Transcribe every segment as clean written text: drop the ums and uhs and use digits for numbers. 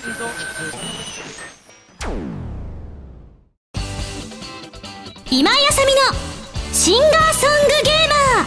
今井あさみのシンガーソングゲーマ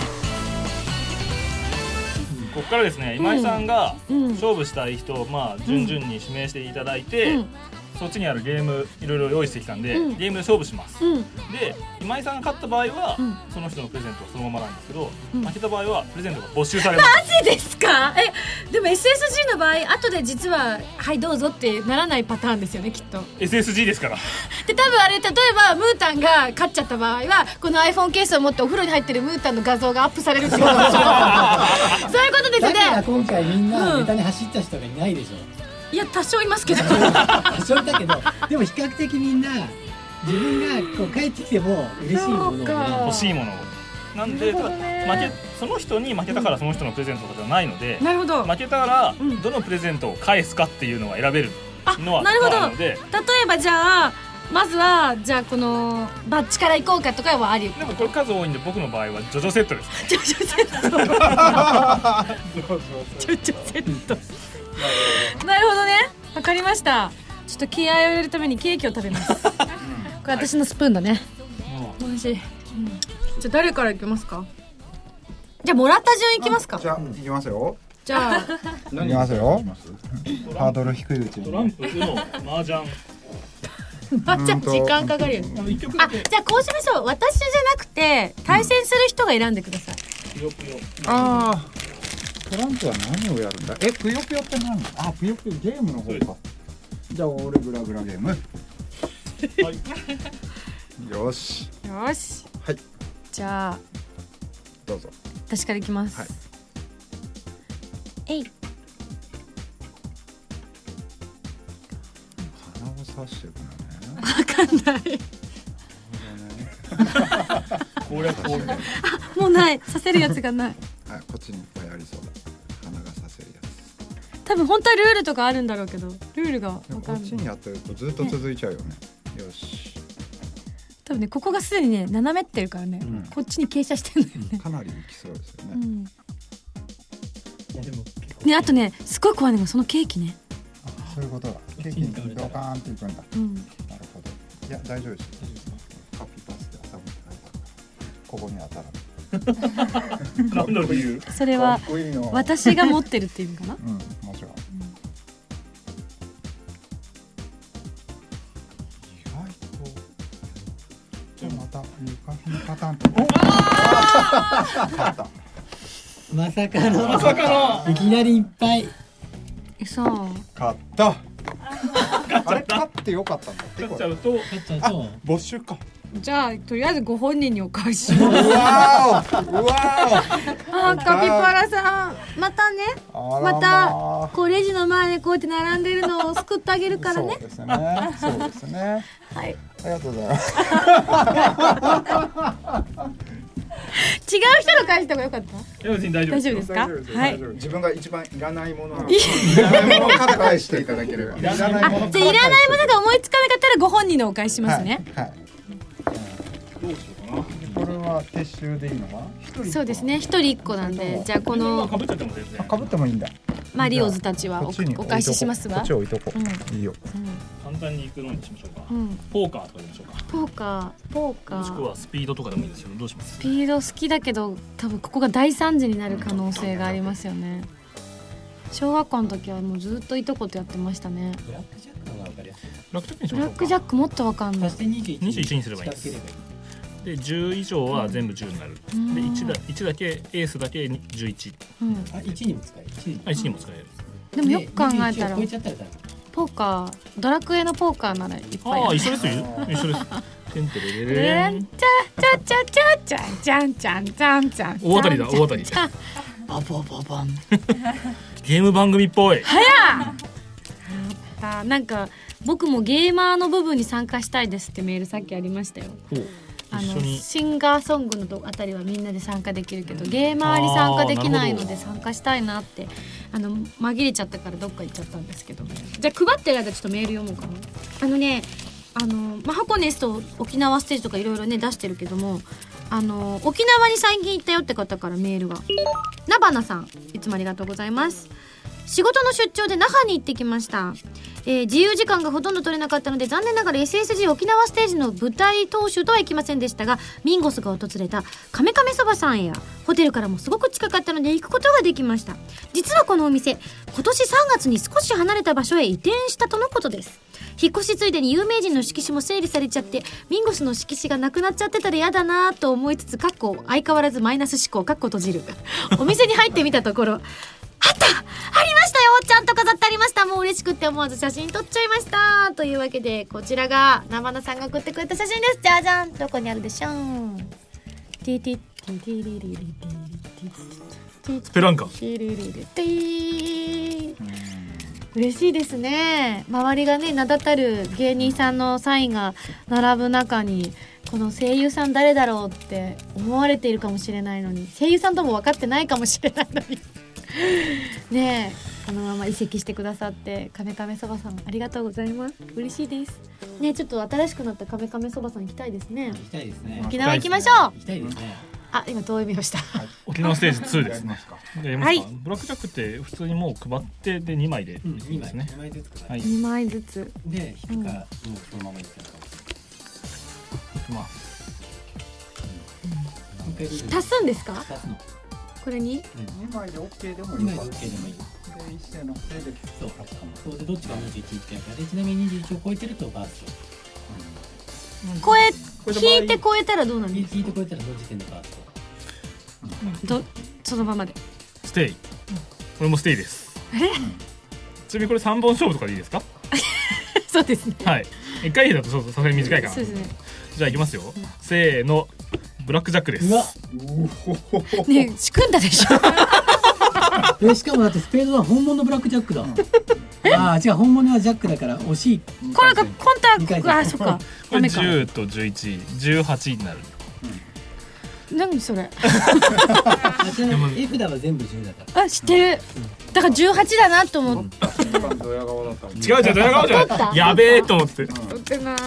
ー。ここからですね、今井さんが勝負したい人を順々に指名していただいて、そっちにあるゲームいろいろ用意してきたんで、ゲームで勝負します、で今井さんが勝った場合は、その人のプレゼントはそのままなんですけど、負けた場合はプレゼントが没収されます。 マジですか？でも SSG の場合後で実ははいどうぞってならないパターンですよね、きっと。 SSG ですから。 で多分あれ、例えばムータンが勝っちゃった場合はこの iPhone ケースを持ってお風呂に入ってるムータンの画像がアップされるってことでしょ。そういうことですよね。 だから今回みんなネタに走った人がいないでしょ。 いや多少いますけど多少いたけど、でも比較的みんな自分がこう帰ってきても嬉しいものを欲しいものをなんで、その人に負けたからその人のプレゼントとかじゃないので、 なるほど、 負けたらどのプレゼントを返すかっていうのは選べるのはなるほど。 あるので、 例えばじゃあまずはじゃあこのバッジから行こうかとかはあり。 でもこれ数多いんで僕の場合はジョジョセットです。 ジョジョセットジョジョセットなるほどね、わかりました。ちょっと気合を入れるためにケーキを食べますこれ私のスプーンだね、美味しい、じゃあ誰からいきますか？じゃあもらった順いきますか？ じゃあいきますよ。 じゃあいきますよ。ハードル低いうちに。 トランプの麻雀まっちゃん時間かかるよね。じゃあこうしましょう。私じゃなくて対戦する人が選んでください。 ああ、トランプは何をやるんだ。ぷよぷよって何？あ、ぷよぷよゲームの方か。じゃあ俺グラグラゲーム。よし。 よし。 はい。 じゃあどうぞ。 私からいきます。 はい。 えい。 鼻を刺してるのね。 わかんない。 攻略法みたいな。 もうない。刺せるやつがない。 こっちにいっぱいありそうだ。鼻が刺せるやつ。 多分本当はルールとかあるんだろうけど、ルールがわかんない。 こっちにやってるとずっと続いちゃうよね。よし。 多分ね、ここがすでにね斜めってるからね、こっちに傾斜してるんだよね。 かなりいきそうですよね。 いやでもね、あとねすごい怖いのがそのケーキね。 そういうことだ。ケーキにドカーンっていくんだ。なるほど。いや大丈夫です。カピバスで挟むって書いてあるからここに当たらない。 何の理由？ それは私が持ってるっていうのかな。 もちろん。意外とじゃあまた床のパターンと。勝った。 まさかのいきなりいっぱい。 そう。 勝った。あれ勝ってよかったんだって。 勝っちゃうと没収か。 じゃあとりあえずご本人にお返しします。 うわーあ、カピバラさんまたね、またこうレジの前でこうやって並んでるのを救ってあげるからね。 そうですね。そうですね。 はい。 ありがとうございます。 違う人の返した方がよかった？ 別に大丈夫ですか？はい。 自分が一番いらないものをから返していただければ。いらないもの。 じゃあいらないものが思いつかなかったらご本人のお返ししますね。 はい。どうしようかな。これは撤収でいいのかな？ そうですね。一人一個なんで、じゃあこの被っちゃっても全然。 被ってもいいんだ。 マリオズたちはお返ししますわ。 こっち置いとこう。いいよ。 簡単にいくのにしましょうか。ポーカーとかでしょうか。 ポーカー。 もしくはスピードとかでもいいですけど、どうします？ スピード好きだけど多分ここが大惨事になる可能性がありますよね。小学校の時はもうずっといとことやってましたね。 ブラックジャックの方が分かりやすい。 ブラックジャックにしブましょうか。 ラックジャックもっとわかんない。 足して 21にすればいいです。で10以上は全部10になる。で1だけエースだけ11。 あ、1にも使える。 1にも使える。 でもよく考えたら超えちゃったらポーカー、ドラクエのポーカーならいっぱいある。 一緒ですよ。一緒です。てんてれれれん。 チャチャチャチャチャチャンチャンチャンチャン。 大当たりだ、大当たり。 ババババン。 ゲーム番組っぽい。 はや。なんか僕もゲーマーの部分に参加したいですってメールさっきありましたよ。シンガーソングのあたりはみんなで参加できるけどゲーマーに参加できないので参加したいなって紛れちゃったからどっか行っちゃったんですけど、じゃあ配ってる間ちょっとメール読もうかな。箱根スと沖縄ステージとかいろいろね出してるけども沖縄に最近行ったよって方からメールが。なばなさん、いつもありがとうございます。仕事の出張で那覇に行ってきました。 自由時間がほとんど取れなかったので残念ながら SSG 沖縄ステージの舞台踏襲とはいきませんでしたが、ミンゴスが訪れたカメカメそばさんやホテルからもすごく近かったので行くことができました。実はこのお店、今年3月に少し離れた場所へ移転したとのことです。引っ越しついでに有名人の色紙も整理されちゃって、ミンゴスの色紙がなくなっちゃってたら嫌だなと思いつつ、相変わらずマイナス思考閉じるお店に入ってみたところ、ありましたよ、ちゃんと飾ってありました。もう嬉しくって思わず写真撮っちゃいました。というわけでこちらが生田さんが送ってくれた写真です。じゃじゃん、どこにあるでしょう。 スペランカ。 嬉しいですね。周りがね、名だたる芸人さんのサインが並ぶ中に、この声優さん誰だろうって思われているかもしれないのに、声優さんとも分かってないかもしれないのにねえ、このまま移籍してくださってカメカメそばさんありがとうございます。嬉しいですね。ちょっと新しくなったカメカメそばさん行きたいですね。 行きたいですね。 沖縄行きましょう。 行きたいですね。 あ、今遠い目をした。 沖縄ステージ2ですね。 はい。 ブラックジャックって普通にもう配ってで2枚でいいですね。 2枚ずつ配はい。 2枚ずつで引くか、もうそのままいってるか。 いきます。 足すんですか？ 足すの。 これに 2枚で OK でもいい。 2枚で OK でもいい。 で一斉のせいでそう、そうでどっちが21ってやつで、ちなみに21を超えてるとバースト。 引いて超えたらどうなんですか？ 引いて超えたらその時点でバースト。 そのままで。 ステイ。これもステイです。ちなみにこれ3本勝負とかでいいですか？ そうですね。 はい。1回だとさすがに短いかな。 そうですね。 じゃあいきますよ。せーの。ブラックジャックです。 うわ。 ねえ、仕組んだでしょ。 しかもだってスペードは本物のブラックジャックだ。ああ、違う、本物はジャックだから惜しい。 これがコンタクト、あ、そっか。 これ10と11、18になる。 何それ。 ちなみに絵札は全部10だから。 あ、知ってる。だから18だなと思って。 ドヤ顔だった。 違うドヤ顔じゃない。やべえと思って。 取ってない。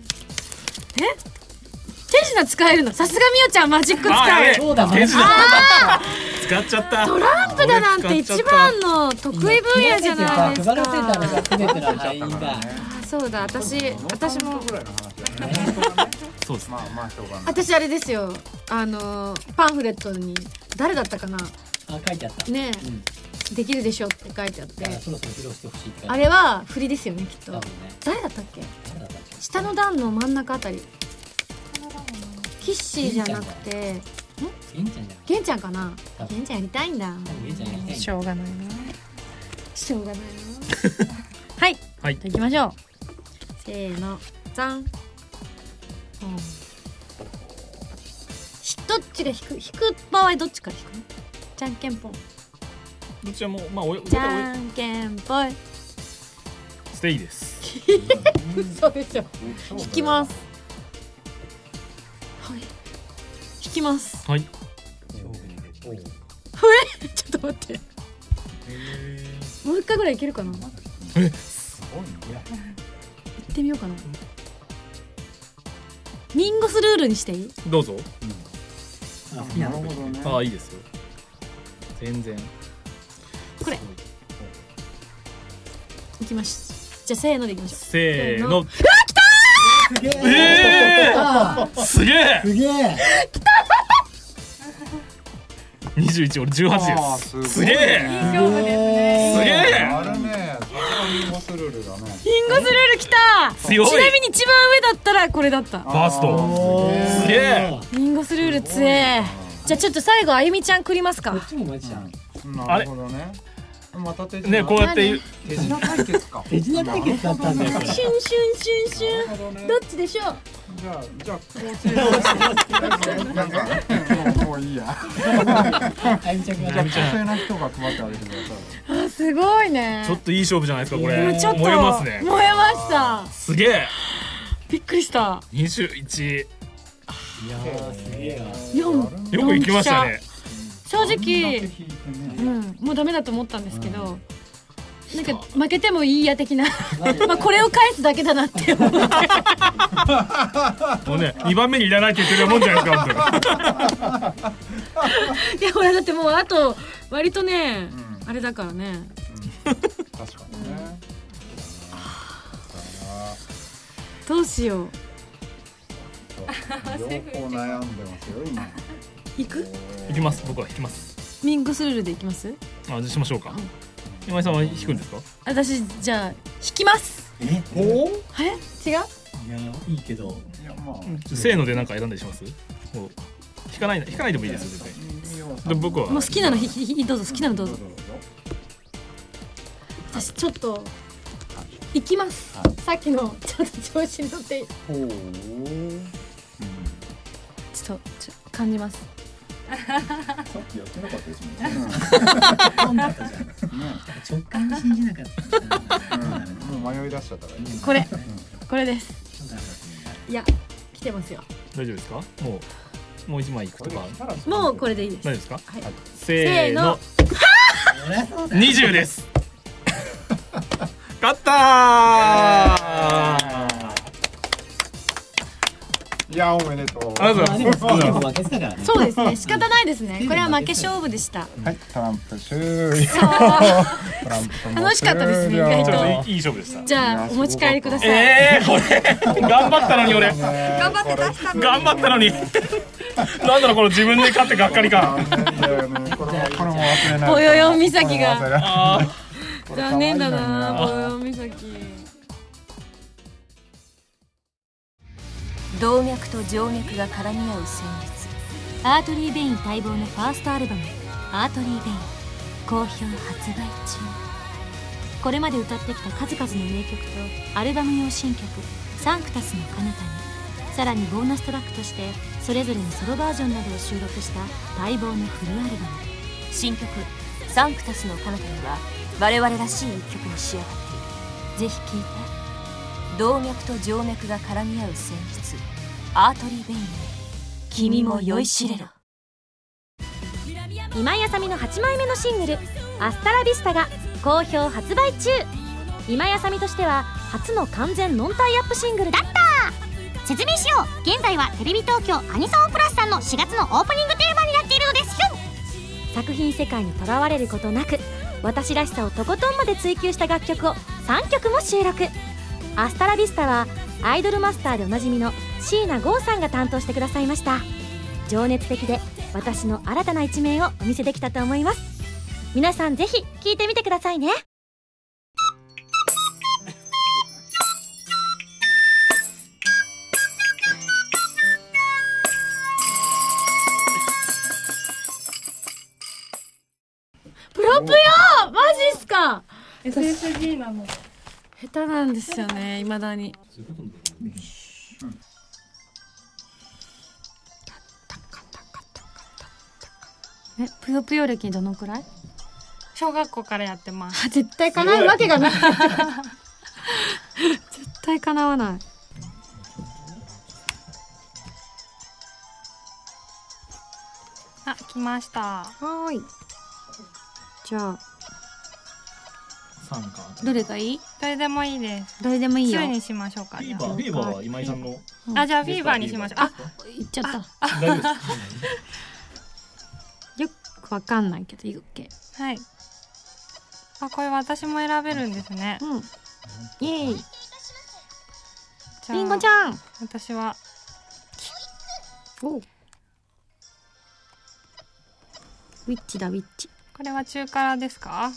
手品使えるの。さすがみおちゃんマジック使える。 そうだ、 手品使っちゃった。 トランプだなんて一番の得意分野じゃないですか。 配らせたのが全ての敗因だ。 そうだ、私も。 そうです。 私あれですよ。パンフレットに誰だったかな。 あ、書いてあった。 ね、できるでしょって書いてあって。 そろそろ披露してほしいって。 あれは振りですよね、きっと。誰だったっけ？下の段の真ん中あたり。キッシーじゃなくて、ゲンちゃんかな。ゲンちゃんやりたいんだ。しょうがないな。しょうがないな。はい。はい。行きましょう。せーの、ザン。どっちが引く場合どっちから引くの？じゃんけんぽん。 どっちはもうじゃんけんぽい。 ステイです。 そうでしょ。引きます。引きます。 はい。 ちょっと待って。もう一回ぐらいいけるかな。 すごいね。 行ってみようかな。ミンゴスルールにしていい？ どうぞ。 なるほどね。 ああ、いいですよ。全然。 これ。いきます。じゃあせーのでいきましょう。 せーの。 来たー！すげえ！ すげえ！ 来た ！21、俺18です。すげえ！ いい勝負ですね。 すげえ！ あれね、さすがミンゴスルールだね。 ミンゴスルール来た！ 強い！ ちなみに一番上だったらこれだった。 ファースト。すげえ！ ミンゴスルール強え。じゃあちょっと最後あゆみちゃん繰りますか。 こっちもマジじゃん。 なるほどね。また手品ね、こうやって手品対決か。 手品対決だったんだよ。 シュンシュンシュンシュン。どっちでしょう。 じゃあ構成なんかもういいや。 あゆみちゃんが女性の人が配ってあげてください。 あ、すごいね。 ちょっといい勝負じゃないですかこれ。 ちょっと燃えますね。 燃えました。 すげえ。 びっくりした。 21。 いやー、すげえな。 よく行きましたね。 正直、もうダメだと思ったんですけど、なんか負けてもいいや的なまあこれを返すだけだなって思ってもうね、2番目にいらないって言ってるもんじゃないですか本いやほらだってもうあと割とね、あれだからね。 確かにね。 どうしよう。 両方悩んでますよ今。 行く？ 行きます。僕は引きます。 ミンゴスルールで行きます？ じゃあしましょうか。今井さんは引くんですか？ 私じゃあ引きます。 おお？ あれ？違う？ いやいいけど。 いやまあせーのでなんか選んだりします？もう引かないでもいいですよ全然。で僕はもう好きなのどうぞ好きなのどうぞ。私ちょっと行きます。さっきのちょっと調子に乗ってほう。 ちょっと感じます。 さっきやってなかったですもんね。 飲んだったじゃん。直感に信じなかった。 もう迷い出しちゃったからね。 これです。いや来てますよ。 大丈夫ですか？もう一枚いくとか。 もうこれでいいです。 大丈夫ですか？ はい。 せーの。20です。勝ったー。 いやおめでとう。 ありがとうございます。 負けてたからね。 そうですね。仕方ないですね。これは負け勝負でした。 はい、トランプ終了。 楽しかったですね。意外といい勝負でした。 じゃあお持ち帰りください。 これ頑張ったのに俺。 頑張って出したの。 頑張ったのに。なんだろうこの自分で勝ってがっかりか。 これも忘れない。 ぽよよん岬が。残念だなぽよよん岬。 動脈と静脈が絡み合う旋律。アートリー・ベイン待望のファーストアルバム「アートリー・ベイン」好評発売中。これまで歌ってきた数々の名曲とアルバム用新曲「サンクタスの彼方に」さらにボーナストラックとしてそれぞれのソロバージョンなどを収録した待望のフルアルバム。新曲「サンクタスの彼方に」は我々らしい一曲に仕上がっている。ぜひ聴いて。動脈と静脈が絡み合う旋律アートリー・ベインへ君も酔いしれろ。今井あさみの8枚目のシングル「アスタラビスタ」が好評発売中。今井あさみとしては初の完全ノンタイアップシングルだった。説明しよう。現在はテレビ東京アニソンプラスさんの4月のオープニングテーマになっているのですよ。作品世界にとらわれることなく私らしさをとことんまで追求した楽曲を3曲も収録。アスタラビスタはアイドルマスターでおなじみの椎名剛さんが担当してくださいました。情熱的で私の新たな一面をお見せできたと思います。皆さんぜひ聴いてみてくださいね。 ぷよぷよマジっすか。 SSG なの。 下手なんですよね未だに。ぷよぷよ歴どのくらい？ 小学校からやってます。 絶対叶うわけがない絶対叶わない。 あ、来ました。 はーい。じゃあ 3か。 どれがいい？ どれでもいいです。 どれでもいいよ。 2にしましょうか。 フィーバーは今井さんの。 あ、じゃあフィーバーにしましょう。あ、 言っちゃった。 大丈夫です。 よくわかんないけどいいっけ。 はい。あ、これ私も選べるんですね。 うん。イエーイ。 じゃありんごちゃん。 私はおう。ウィッチだウィッチ。 これは中辛ですか？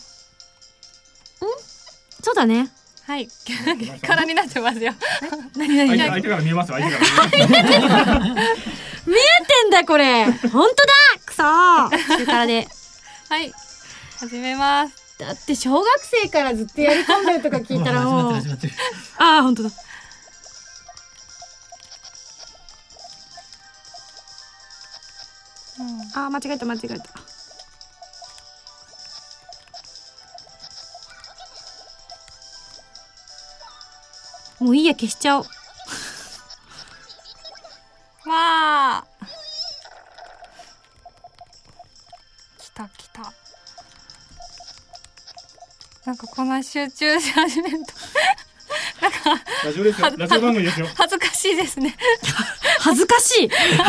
そうだね。 はい。辛になってますよ。 何相手から見えますよ。相手から見えてんだこれ。本当だ。くそー。中辛で。 はい。始めます。 だって小学生からずっとやり込んでるとか聞いたらもう。 始まってる。 ああ本当だ。ああ間違えた。もういいや消しちゃおう。 わあ。来た。なんかこんな集中し始めるとなんかラジオですよ。ラジオ番組ですよ。 恥ずかしいですね。 恥ずかしい。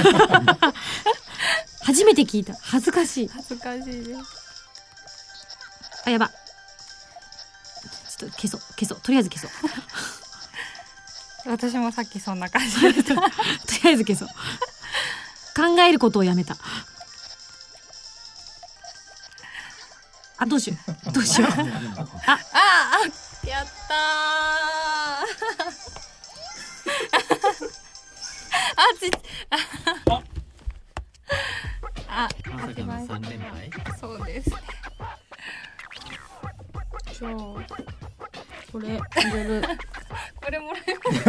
初めて聞いた。恥ずかしい。 恥ずかしいです。 あやば。ちょっと消そう。とりあえず消そう。 私もさっきそんな感じでした。 とりあえず消そう。考えることをやめた。あ、どうしよう。どうしよう。 やったー。 まさかの3連敗。 そうですね。 じゃあこれあげる。 これもらえ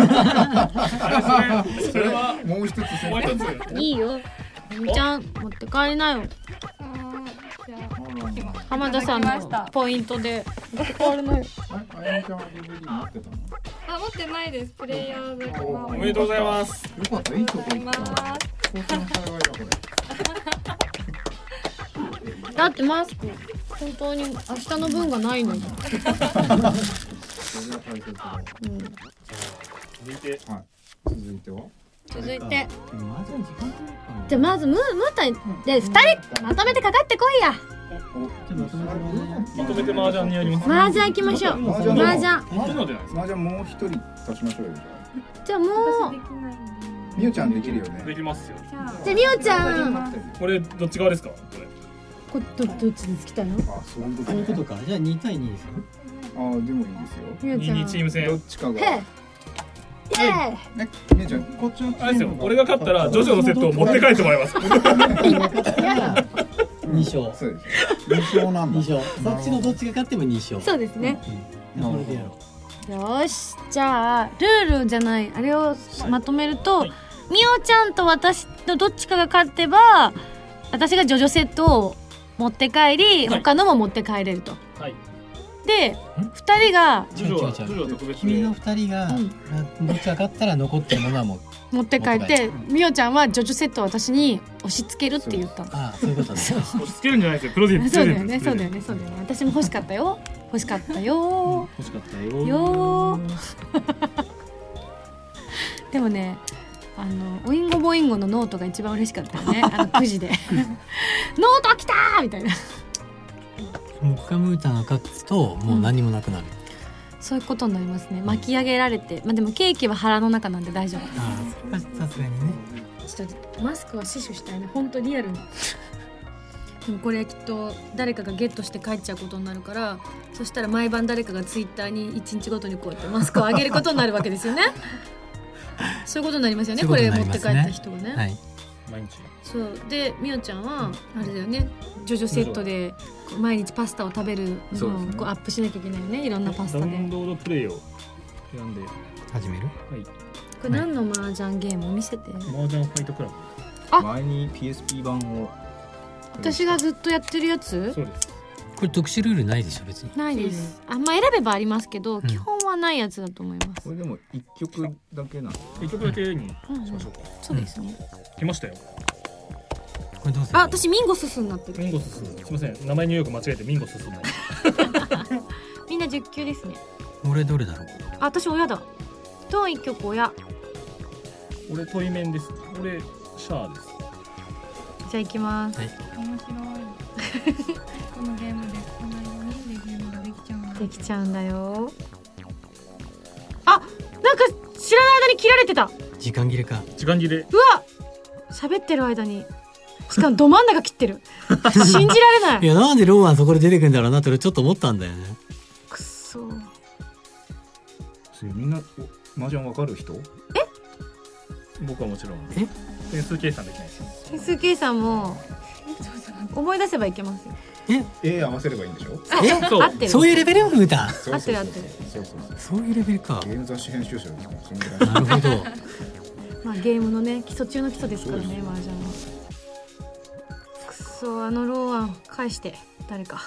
それはもう一つ選もう択一つ。 いいよ。みちゃん持って帰りなよ。 じゃあ来ます。 浜田さんのいただきましたポイントで持って帰りなよ。 あやみちゃんは DVD 持ってたの？ あ、持ってないです。プレイヤーズおめでとうございます。 よかったいいとこ行った。 ます。 相当の幸いだこれ。 だってマスク本当に明日の分がないのよ。 それは大切だ。 続いてはい。続いては？ 続いて麻雀時間かかるかな。 じゃあまずムータンで2人まとめてかかってこいや。 まとめて麻雀にやります。 麻雀行きましょう。麻雀。 いるのでないですか。 麻雀もう一人足しましょうよ。 じゃあもうみおちゃんできるよね。 できますよ。 じゃあみおちゃん。 これどっち側ですか。これ。 どっちにつきたいの？ あ、そういうことそういうことか。じゃあ2対2ですよ。 あー、でもいいですよ。 みおちゃん。 2チーム戦。 どっちかが。 へえ。イエーイ。 ね、みおちゃん、こっちのチーム。 あれですよ。俺が勝ったらジョジョのセットを持って帰ってもらいます。 2勝。 そうです。二勝なんだ。 2勝。そっちのどっちが勝っても2勝。 そうですね。 それでやろう。 よーし、じゃあルールじゃないあれをまとめると、 はいみおちゃんと私のどっちかが勝てば私がジョジョセットを持って帰り、 はい他のも持って帰れると。 はい。 で2人がジョジョはジョジョは特別で君の。2人がどっちが勝ったら残ってるものはもう。 持って帰ってみおちゃんはジョジョセットを私に押し付けるって言ったの。 ああ、そういうことね。 押し付けるんじゃないですよ。プロデュース。 そうだよね、そうだよね、そうだよね。私も欲しかったよ。欲しかったよ。 欲しかったよ。 よー。でもね、オインゴボインゴのノートが一番嬉しかったよね。9時で。ノート来たーみたいな。 ムッカムータンが勝つともう何もなくなる。 そういうことになりますね。巻き上げられて、まあでもケーキは腹の中なんで大丈夫。 ああ、さすがにね。 ちょっとマスクは死守したいね。本当リアルに。でもこれきっと誰かがゲットして帰っちゃうことになるから、そしたら毎晩誰かがツイッターに1日ごとにこうやってマスクを上げることになるわけですよね。そういうことになりますよね。 そういうこことになりますねれ持って帰った人がね。 はい。 毎日。 そうでみおちゃんはあれだよね。ジョジョセットでこう毎日パスタを食べるのをこうアップしなきゃいけないよね。いろんなパスタで。 ダウンロードプレイを選んで。は始める？ い。 これ何の麻雀ゲームを見せて。 麻雀ファイトクラブ。 前に PSP 版を。 私がずっとやってるやつそうです。 これ特殊ルールないでしょ別に。 ないです。あんま選べばありますけど、基本はないやつだと思います。 これでも一曲だけなの。 一曲だけにしましょうか。 そうですね。 来ましたよ。 これどうする？ あ、私ミンゴススになってる。 ミンゴスス。すみません。名前入力間違えてミンゴススになりました。 みんな10級ですね。 俺どれだろう？ あ、私親だ。トン1曲親。 俺トイメンです。俺シャアです。 じゃあ行きます。 面白い。このゲームでこのようにレビューができちゃうんだ。 できちゃうんだよ。あ、なんか知らない間に切られてた。 時間切れか。 時間切れ。 うわ、喋ってる間に。しかもど真ん中切ってる。信じられないい。 や、なんでローマンそこで出てくるんだろうなって俺ちょっと思ったんだよね。 くそ。 みんな麻雀わかる人？ 僕はもちろん。 え？ 点数計算できないですよ。 点数計算も思い出せばいけますよ。 合わせればいいんでしょ？ そう合ってる。 そういうレベルの歌。 合ってる合ってる。 そうそうそう。 そういうレベルか。 ゲーム雑誌編集者ですからそんぐらい。 なるほど。 まあゲームのね基礎中の基礎ですからね麻雀は。くそ、あのローアン返して誰か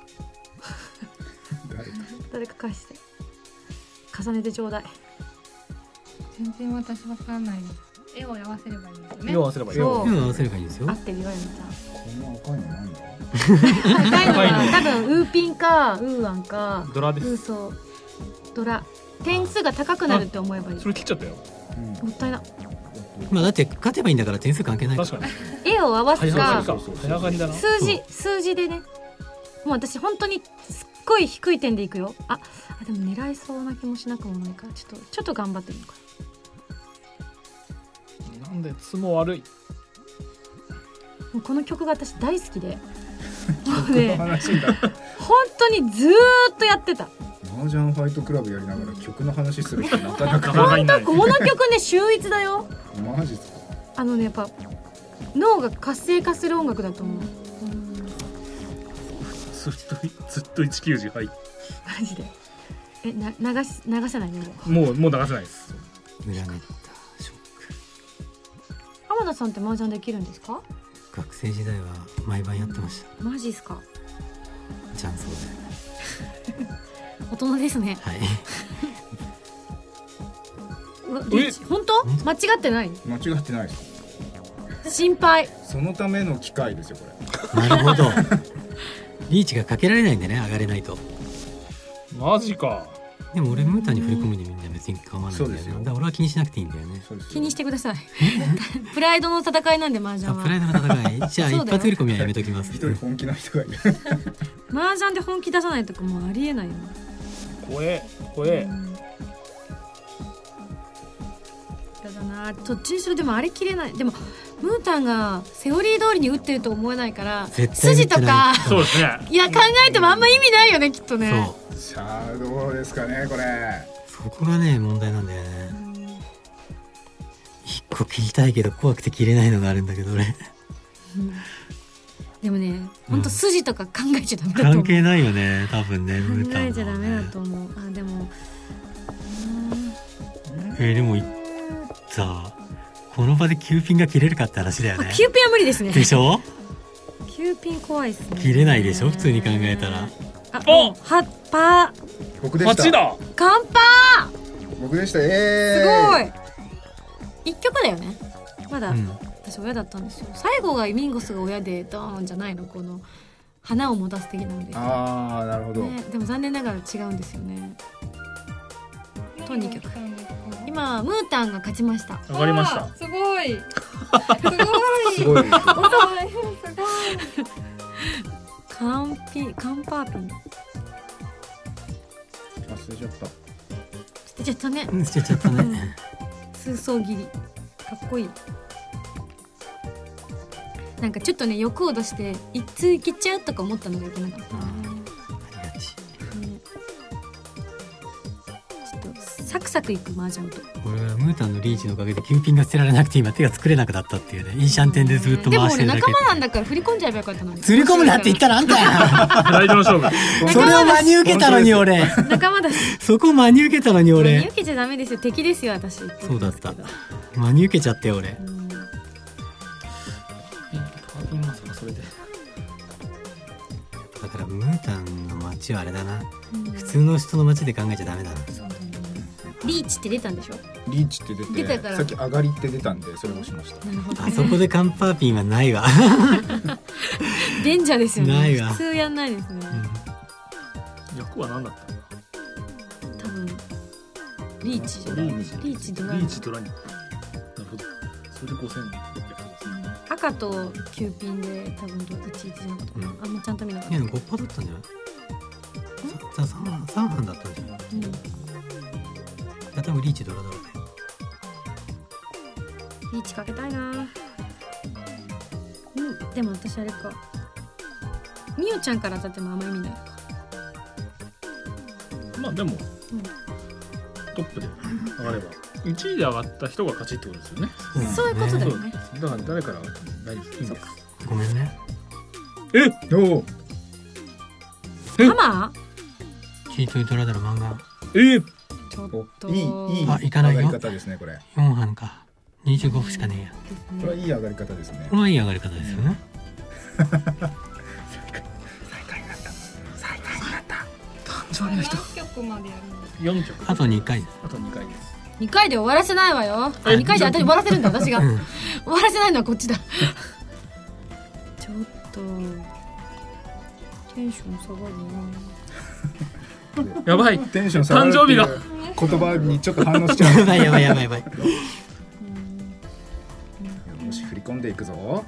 誰か返して重ねてちょうだい。 全然私わかんないです。絵を合わせればいいんですよね。 色を合わせればいい。 そう今合わせればいいんですよ合。ってるよやみこんな赤いのないんだ。 たい。高いのは多分ウーピンかウーアンかドラです。 ウーソードラ。点数が高くなるって思えばいい。 それ切っちゃったよ。 もったいな。 まあだって勝てばいいんだから点数関係ない。 確かに。 絵を合わす早上がかりか。早上がりだな。 数字でね。もう私本当にすっごい低い点でいくよ。あでも狙いそうな気もしなくもないからちょっと頑張ってみるかなんでつも悪い。 もうこの曲が私大好きで曲の話だ。 本当にずーっとやってた。 麻雀ファイトクラブやりながら曲の話する人なかなか本当この曲ね秀逸だよ。 マジですか。 やっぱ脳が活性化する音楽だと思う。 ずっと190時入っマジで。流せないね。 もう流せないです。 裏ネタショック。 浜田さんって麻雀できるんですか？ 学生時代は毎晩やってました。 マジっすか？ チャンスで。 大人ですね。 はい。 本当？間違ってない？ 間違ってないです。 心配。 そのための機械ですよこれ。なるほど。リーチがかけられないんでね、上がれないと。 マジか。 でも俺ムータンに振り込むんでみんな別に構わないんだよね。だから俺は気にしなくていいんだよね。 気にしてください。プライドの戦いなんで麻雀は。 プライドの戦い。じゃあ一発振り込みはやめときます。 一人本気の人がいる。 麻雀で本気出さないとかもうありえないよ。 怖え。 やだな。途中それでもあれ切れない。でもムータンがセオリー通りに打ってると思えないから筋とか。 そうですね。 いや考えてもあんま意味ないよねきっとね。 さあどうですかねこれ。 そこがね問題なんだよね。一個切りたいけど怖くて切れないのがあるんだけど俺。 でもね本当筋とか考えちゃダメだと思う。 関係ないよね多分ね。 考えちゃダメだと思う。あでも。 でもさあこの場で9ピンが切れるかって話だよね。 9ピンは無理ですね。 でしょ。 9ピン怖いですね。 切れないでしょ普通に考えたら。 お葉っぱ。 僕でした。 8だ。 乾杯。 僕でした。 すごい。1曲だよね。まだ、私親だったんですよ。最後がミンゴスが親でドーンじゃないのこの花を持たす的なので。 ああなるほど、 ね。でも残念ながら違うんですよね。と2曲。今ムータンが勝ちました。 上がりました。 すごい。 すごい。 カンパーピン。 捨てちゃった。 捨てちゃったね。 捨てちゃったね。 数層切り。かっこいい。なんかちょっとね欲を出して一通いけちゃうとか思ったのがいけなかった。サクサクいく麻雀と。 俺はムータンのリーチのおかげで9ピンが捨てられなくて今手が作れなくなったっていうね。いいシャンテンでずっと回してるだけ。 でも俺仲間なんだから振り込んじゃえばよかったのに。 振り込むなって言ったらあんたや。 プライドの勝負。 それを真に受けたのに俺。 仲間だし。 そこ真に受けたのに俺。 真に受けちゃダメですよ。敵ですよ私。 そうだった。真に受けちゃって俺。だからムータンの街はあれだな。普通の人の街で考えちゃダメだな。 リーチって出たんでしょ。 リーチって出てさっき上がりって出たんでそれもしました。 なるほど、 あそこでカンパーピンはないわ。 デンジャーですよね。 ないわ。 普通やんないですね。 役は何だったの？ 多分リーチじゃない。リーチドラニ。 リーチドラニ。なるほど。それで5600。 赤と9ピンで多分11じゃなかったかな。あんまちゃんと見なかった。 いや5パだったんじゃない？3班だったんじゃない？多分リーチドラだろうね。 リーチかけたいな。でも私あれか。みおちゃんから当たってもあんま意味ないか。 まあでも、トップで上がれば1位で上がった人が勝ちってことですよね。 そういうことだよね。 だから誰から上がっても大丈夫です。 ごめんね。 おハマー？チートイドラダの漫画。 ちょっといいいかないよ。 上がり方ですねこれ。 4班か。25分しかねえや。 これはいい上がり方ですね。 これはいい上がり方ですよね。 最下位になった。誕生日の人。 何曲までやるの？ 4曲。 あと2回。 あと2回です。 2回で終わらせないわよ。2回で私終わらせるんだ私が。終わらせないのはこっちだ。ちょっとテンション下がるな。やばい。 テンション下がる。誕生日が言葉にちょっと反応しちゃう。 やばい。 よし振り込んでいくぞ。 わ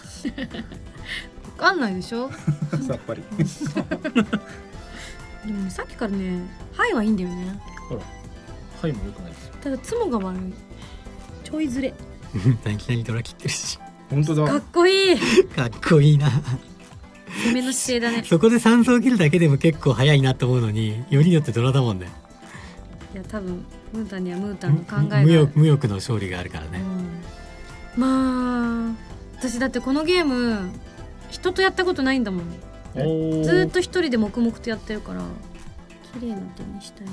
かんないでしょ。 さっぱり。 でもさっきからねハイはいいんだよね。 ほらハイも良くないですよ。 ただツモが悪い。ちょいずれ。 いきなりドラ切ってるし。 本当だ。 かっこいい。 かっこいいな。 攻めの姿勢だね。 そこで3層切るだけでも結構早いなと思うのに、よりによってドラだもんね。 いや多分ムータンにはムータンの考えが無欲の勝利があるからね、 まあ私だってこのゲーム人とやったことないんだもん。ずっと一人で黙々とやってるから綺麗な手にしたいな。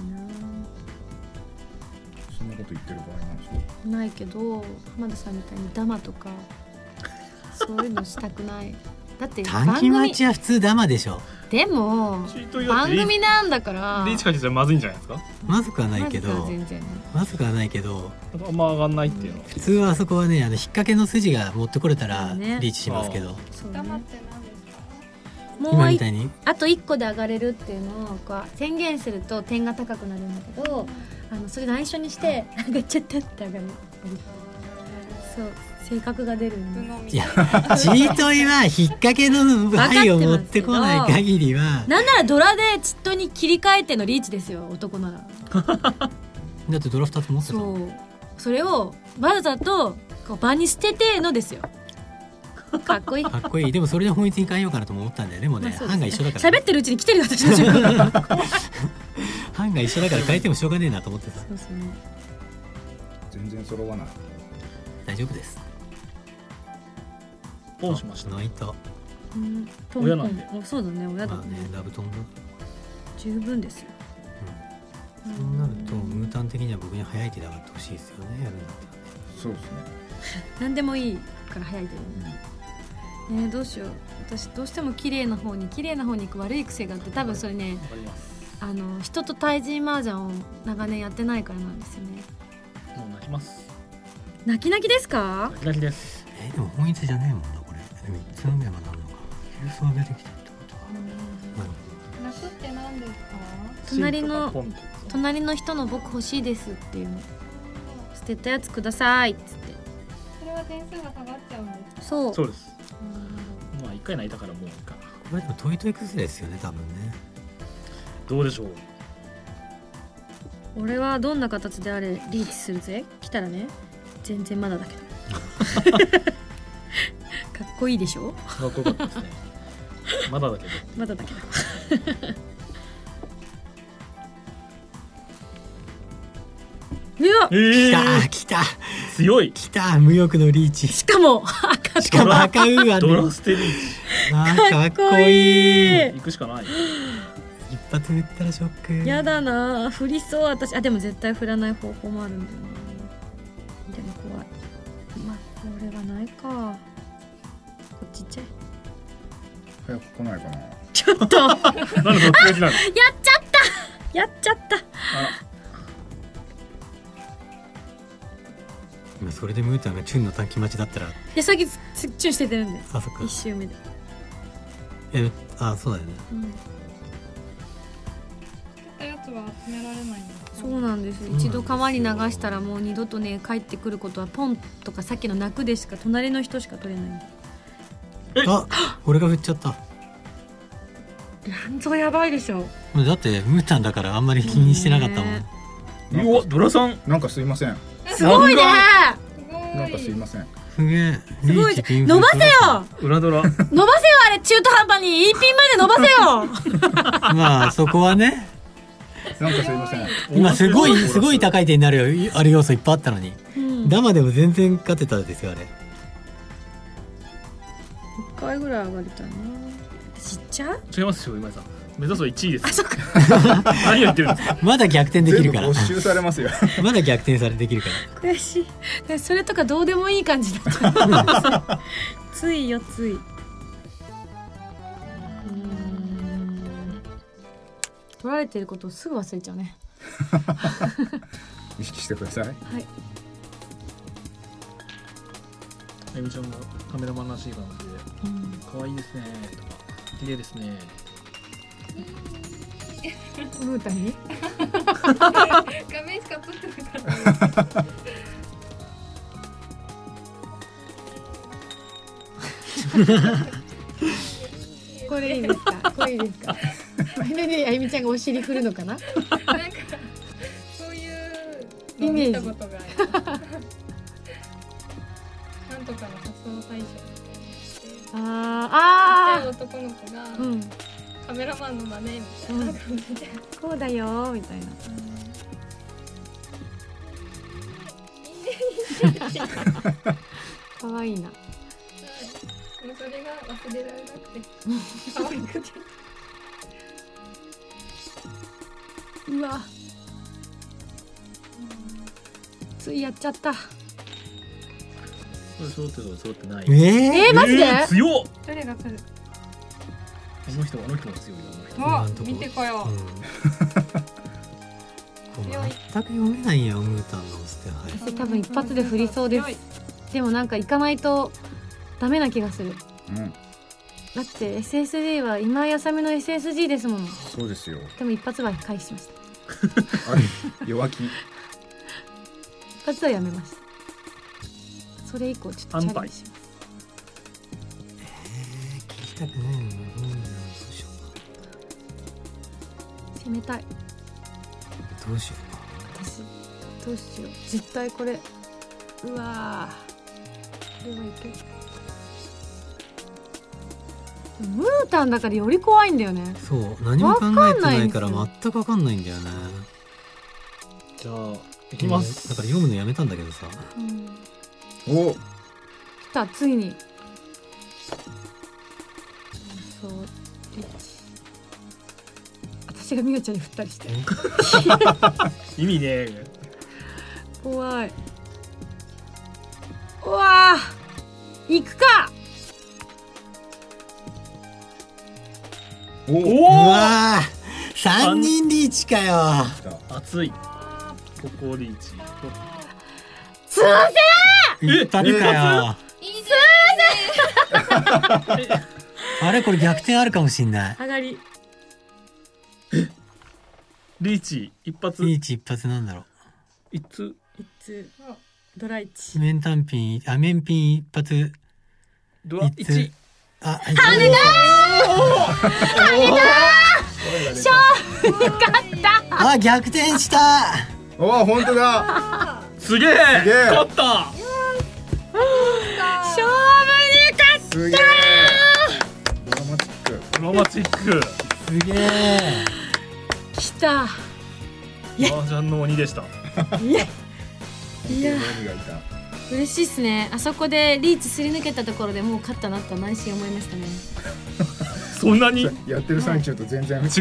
そんなこと言ってる場合なんですか。 ないけど浜田さんみたいにダマとかそういうのしたくない。だって短期待ちは普通ダマでしょ。 でも番組なんだからリーチかけたらまずいんじゃないですか。 まずくはないけど、まずくはないけど、 あんま上がんないっていうの。 普通はあそこはね、引っ掛けの筋が持ってこれたらリーチしますけど、 黙って何ですか。 もう今みたいにあと1個で上がれるっていうのをこう宣言すると点が高くなるんだけど、それ内緒にして上がっちゃったって上がる。そう性格が出るんで。 いやチートイは引っ掛けの牌を持ってこない限りは、 なんならドラでチットに切り替えてのリーチですよ、男なら。 だってドラ2つ持ってた。 そうそれをわざとこう場に捨ててのですよ。かっこいい。 かっこいい。でもそれで本一に変えようかなとも思ったんだよ。でもね、班が一緒だから、 喋ってるうちに来てるよ私たち。 班が一緒だから変えてもしょうがねえなと思ってた。 そうですね。 全然揃わない。 大丈夫です。 ポンしました。 ナイト。 親なんで。 そうだね、親だね。 ラブトンだ。 十分ですよ。 そうなるとムータン的には僕に早い手で上がってほしいですよね。やるんだったら。そうですね。 何でもいいから早い手で。どうしよう。私どうしても綺麗な方に行く悪い癖があって、多分それね、人と対人麻雀を長年やってないからなんですよね。 もう泣きます。 泣き泣きですか。 泣き泣きです。 でも本一じゃねえもんなこれ。でも3つの目はなるのか。急走が出てきたってことは。 泣くって何ですか。 隣の人の僕欲しいですっていうの。捨てたやつくださいっつって。 それは点数が下がっちゃうんですか。 そうです。まあ1回泣いたからもういいかな。 これでもトイトイクスですよね多分ね。 どうでしょう。 俺はどんな形であれリーチするぜ。来たらね、全然まだだけど。かっこいいでしょ。 かっこよかったですね。まだだけど。 まだだけど。 来た強い。 来た無欲のリーチ。 しかも赤ウーアンドラステリーチ。 かっこいい。 行くしかない。 一発振ったらショック。 やだな、振りそう私。でも絶対振らない方法もあるんだよな。でも怖い。まあこれはないか。こっち行っちゃえ。 早く来ないかな。 ちょっとなんでそっちなの。やっちゃった。 今それでムータンがチュンの短期待ちだったら。 さっきチュンしててるんで。 あ、そっか。 1周目で。 そうだよね。 やつは集められないんですか。 そうなんです。一度川に流したらもう二度とね帰ってくることはポンとかさっきの泣くでしか隣の人しか取れないんで。 俺が振っちゃった。 なんぞやばいでしょ。 だってムータンだからあんまり気にしてなかったもん。 うわドラさんなんかすいません。 すごいね。 なんかすいません。 すげえ。 すごい。伸ばせよ。 裏ドラ。 伸ばせよあれ中途半端に E ピンまで伸ばせよ。 まあそこはね。 なんかすいません。 今すごい高い点になるある要素いっぱいあったのに、ダマでも全然勝てたですよあれ。 1回ぐらい上がりたいな。ちっちゃ違いますよ今井さん。目指すは1位です。 あ、そっか。 何を言ってるんですか。 まだ逆転できるから。 没収されますよ。 まだ逆転されできるから。 悔しい。それとかどうでもいい感じだった。ついよつい。取られてることをすぐ忘れちゃうね。 意識してください。はい。 あゆみちゃんがカメラマンらしい感じで、可愛いですねとか綺麗ですね。 ムータに画面しか映ってなかった。 これいいですか。これいいですか。あゆみちゃんがお尻振るのかな。 なんかそういうのを見たことがある。 大賞あちっちゃい男の子が、カメラマンの真似みたいな感じで、 こうだよみたいな。可愛いな。 もうそれが忘れられなくて可愛くて。 うわ。ついやっちゃった。 これ揃ってるとか揃ってない。 マジで？ 強っ。 どれが来る？ あの人も強いよ。 見てこよう。 全く読めないよ、ムータンのステハイ。 私多分一発で振りそうです。でもなんか行かないとダメな気がする。だって SSG は今井あさみの SSG ですもの。 そうですよ。 でも一発は回避しました。 あれ弱気。 一発はやめました。それ以降ちょっとチャレンジします。 聞きたくないの。どうしようか。攻めたい。 どうしようか。 私どうしよう。絶対これ。うわー。これはいける。ムータンだからより怖いんだよね。 そう、何も考えてないから全く分かんないんだよね。 じゃあいきます。 だから読むのやめたんだけどさ。 お。 来た、ついに。そう。私がミガちゃんに振ったりして。 意味ね。 怖い。うわー。行くか。 おお。うわー。3人リーチかよ。 熱い。ここリーチ。 すいません。一発かよ。 いいですね。あれこれ逆転あるかもしんない。 上がり。 リーチ一発。 リーチ一発なんだろう。 一通。 ドライチ。 面単品面品一発。 ドラ1。 あ、 跳ねた勝負に勝った。 あ、逆転した。 お、本当だ。 すげえ。勝った。 勝負に勝った。 すげえ。ドラマチック。 ドラマチック。 すげえ。 来た。 マージャンの鬼でした。 いや。嬉しいっすね。あそこでリーチすり抜けたところでもう勝ったなと内心思いましたね。 そんなにやってる最中と全然違う。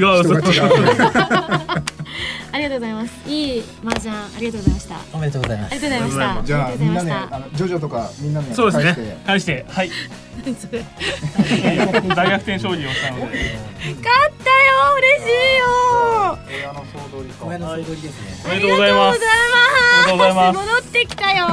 ありがとうございます。いい麻雀ありがとうございました。 おめでとうございます。 ありがとうございました。 じゃあみんなね、ジョジョとかみんなね、 そうですね。返してはい。大逆転勝利をしたので。 勝ったよ、嬉しいよ。 親の総取りか。 親の総取りですね。 おめでとうございます。おめでとうございます。 戻ってきたよ。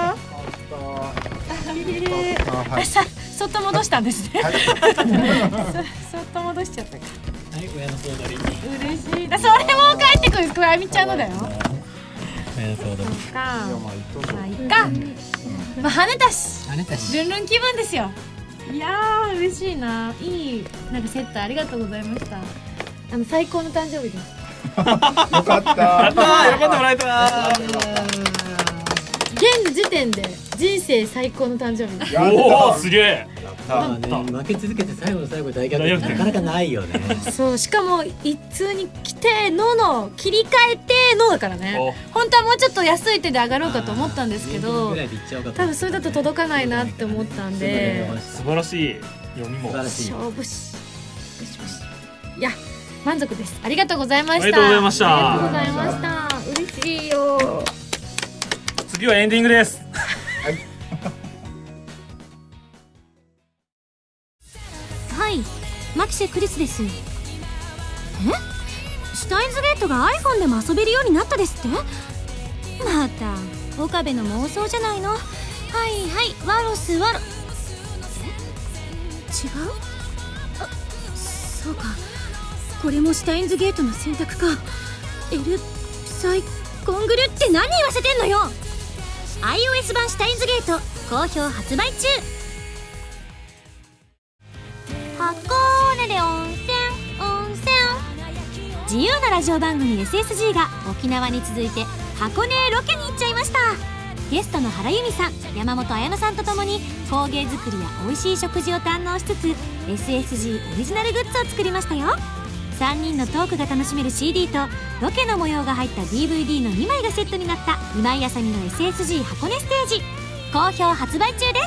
そっと戻したんですね。そっと戻しちゃったか。 はい、親の総取り。 嬉しい。それも帰ってくる。これあみちゃんのだよ。 親の総取り。 まあいっか。まあ跳ねたし。 跳ねたし。 ルンルン気分ですよ。いやー嬉しいな。いいなんかセットありがとうございました。最高の誕生日です。 よかった。 やったー、喜んでもらえた。 現時点で人生最高の誕生日です。 おお、すげえ。 負け続けて最後の最後大逆転なかなかないよね。 そうしかも一通に来ての切り替えてのだからね。本当はもうちょっと安い手で上がろうかと思ったんですけど、多分それだと届かないなって思ったんで、 素晴らしい読みも勝負しいや満足です。ありがとうございました。 ありがとうございました。 ありがとうございました。嬉しいよ。 次はエンディングです。 はい、マキシェクリスです。シュタインズゲートが iPhone でも遊べるようになったですって。また岡部の妄想じゃないの。はいはい、ワロスワロ。違う？あ、そうか、これもシュタインズゲートの選択か。エルサイコングルって何言わせてんのよ。 iOS 版シュタインズゲート好評発売中。箱根で温泉自由なラジオ番組 SSG が沖縄に続いて箱根へロケに行っちゃいました。 ゲストの原由美さん、山本彩乃さんとともに工芸作りや美味しい食事を堪能しつつ SSG オリジナルグッズを作りましたよ。3人のトークが楽しめる CD とロケの模様が入った DVD の2枚がセットになった今井あさみの SSG 箱根ステージ、好評発売中です。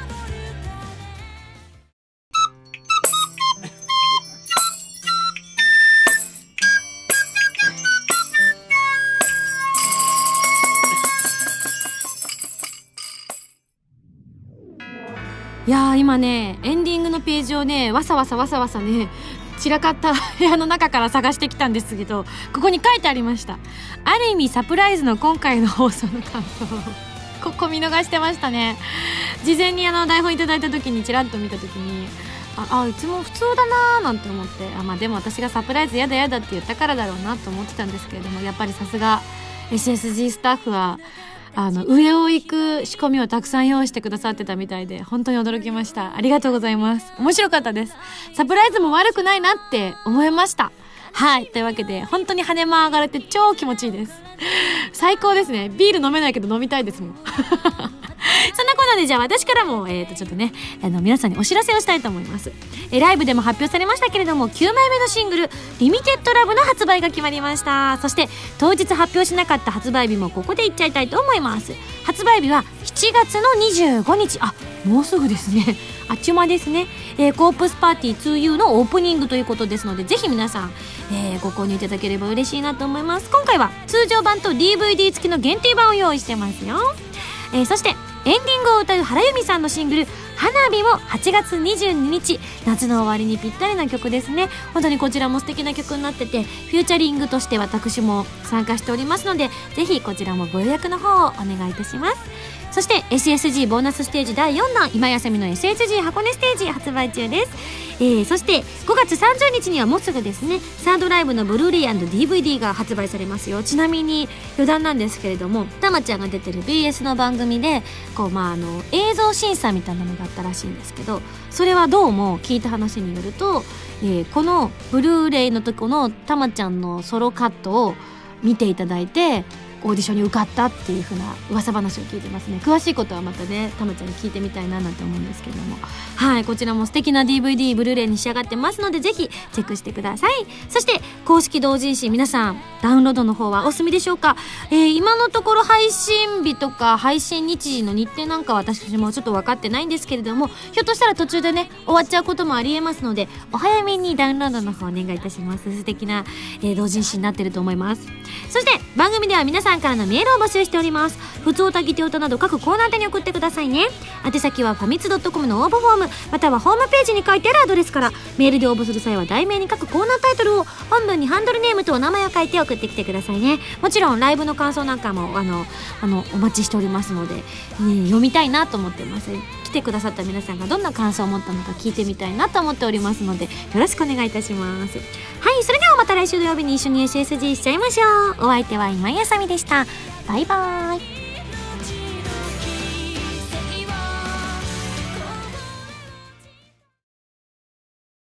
いやー今ねエンディングのページをねわさわさね散らかった部屋の中から探してきたんですけど、ここに書いてありました。ある意味サプライズの今回の放送の感想ここ見逃してましたね。事前に台本いただいた時にチラッと見た時にいつも普通だなーなんて思って、でも私がサプライズやだって言ったからだろうなと思ってたんですけれども、やっぱりさすが SSG スタッフは上を行く仕込みをたくさん用意してくださってたみたいで、本当に驚きました。ありがとうございます。面白かったです。サプライズも悪くないなって思いました。はい、というわけで本当に羽も上がれて超気持ちいいです。最高ですね。ビール飲めないけど飲みたいですもんそんなコーナーでじゃあ私からもちょっとね皆さんにお知らせをしたいと思います。ライブでも発表されましたけれども9枚目のシングルリミテッドラブの発売が決まりました。そして当日発表しなかった発売日もここで言っちゃいたいと思います。発売日は7月の25日、もうすぐですね。あっちゅう間ですね。コープスパーティー 2U のオープニングということですので、ぜひ皆さん、ご購入いただければ嬉しいなと思います。今回は通常版と DVD 付きの限定版を用意してますよ。そしてエンディングを歌う原由美さんのシングル花火も8月22日、夏の終わりにぴったりな曲ですね。本当にこちらも素敵な曲になってて、フューチャリングとして私も参加しておりますので、ぜひこちらもご予約の方をお願いいたします。そして SSG ボーナスステージ第4弾今井あさみの SSG 箱根ステージ発売中です。そして5月30日にはもうすぐですね、サードライブのブルーレイ&DVD が発売されますよ。ちなみに余談なんですけれども、たまちゃんが出てる BS の番組で映像審査みたいなのがあったらしいんですけど、それはどうも聞いた話によると、このブルーレイのとこのたまちゃんのソロカットを見ていただいてオーディションに受かったっていう風な噂話を聞いてますね。詳しいことはまたねたまちゃんに聞いてみたいななんて思うんですけれども、はい、こちらも素敵な DVD ブルーレイに仕上がってますので、ぜひチェックしてください。そして公式同人誌皆さんダウンロードの方はお済みでしょうか。今のところ配信日とか配信日時の日程なんかは私もちょっと分かってないんですけれども、ひょっとしたら途中でね終わっちゃうこともありえますので、お早めにダウンロードの方お願いいたします。素敵な、同人誌になってると思います。そして番組では皆さんからのメールを募集しております。ふつおたぎておたなど各コーナー宛てに送ってくださいね。宛先はファミツ.com の応募フォームまたはホームページに書いてあるアドレスから。メールで応募する際は題名に書くコーナータイトルを、本文にハンドルネームとお名前を書いて送ってきてくださいね。もちろんライブの感想なんかもお待ちしておりますので、読みたいなと思ってます。来てくださった皆さんがどんな感想を持ったのか聞いてみたいなと思っておりますので、よろしくお願いいたします。はい、それではまた来週土曜日に一緒に SSG しちゃいましょう。お相手は今井あさみでした。バイバーイ。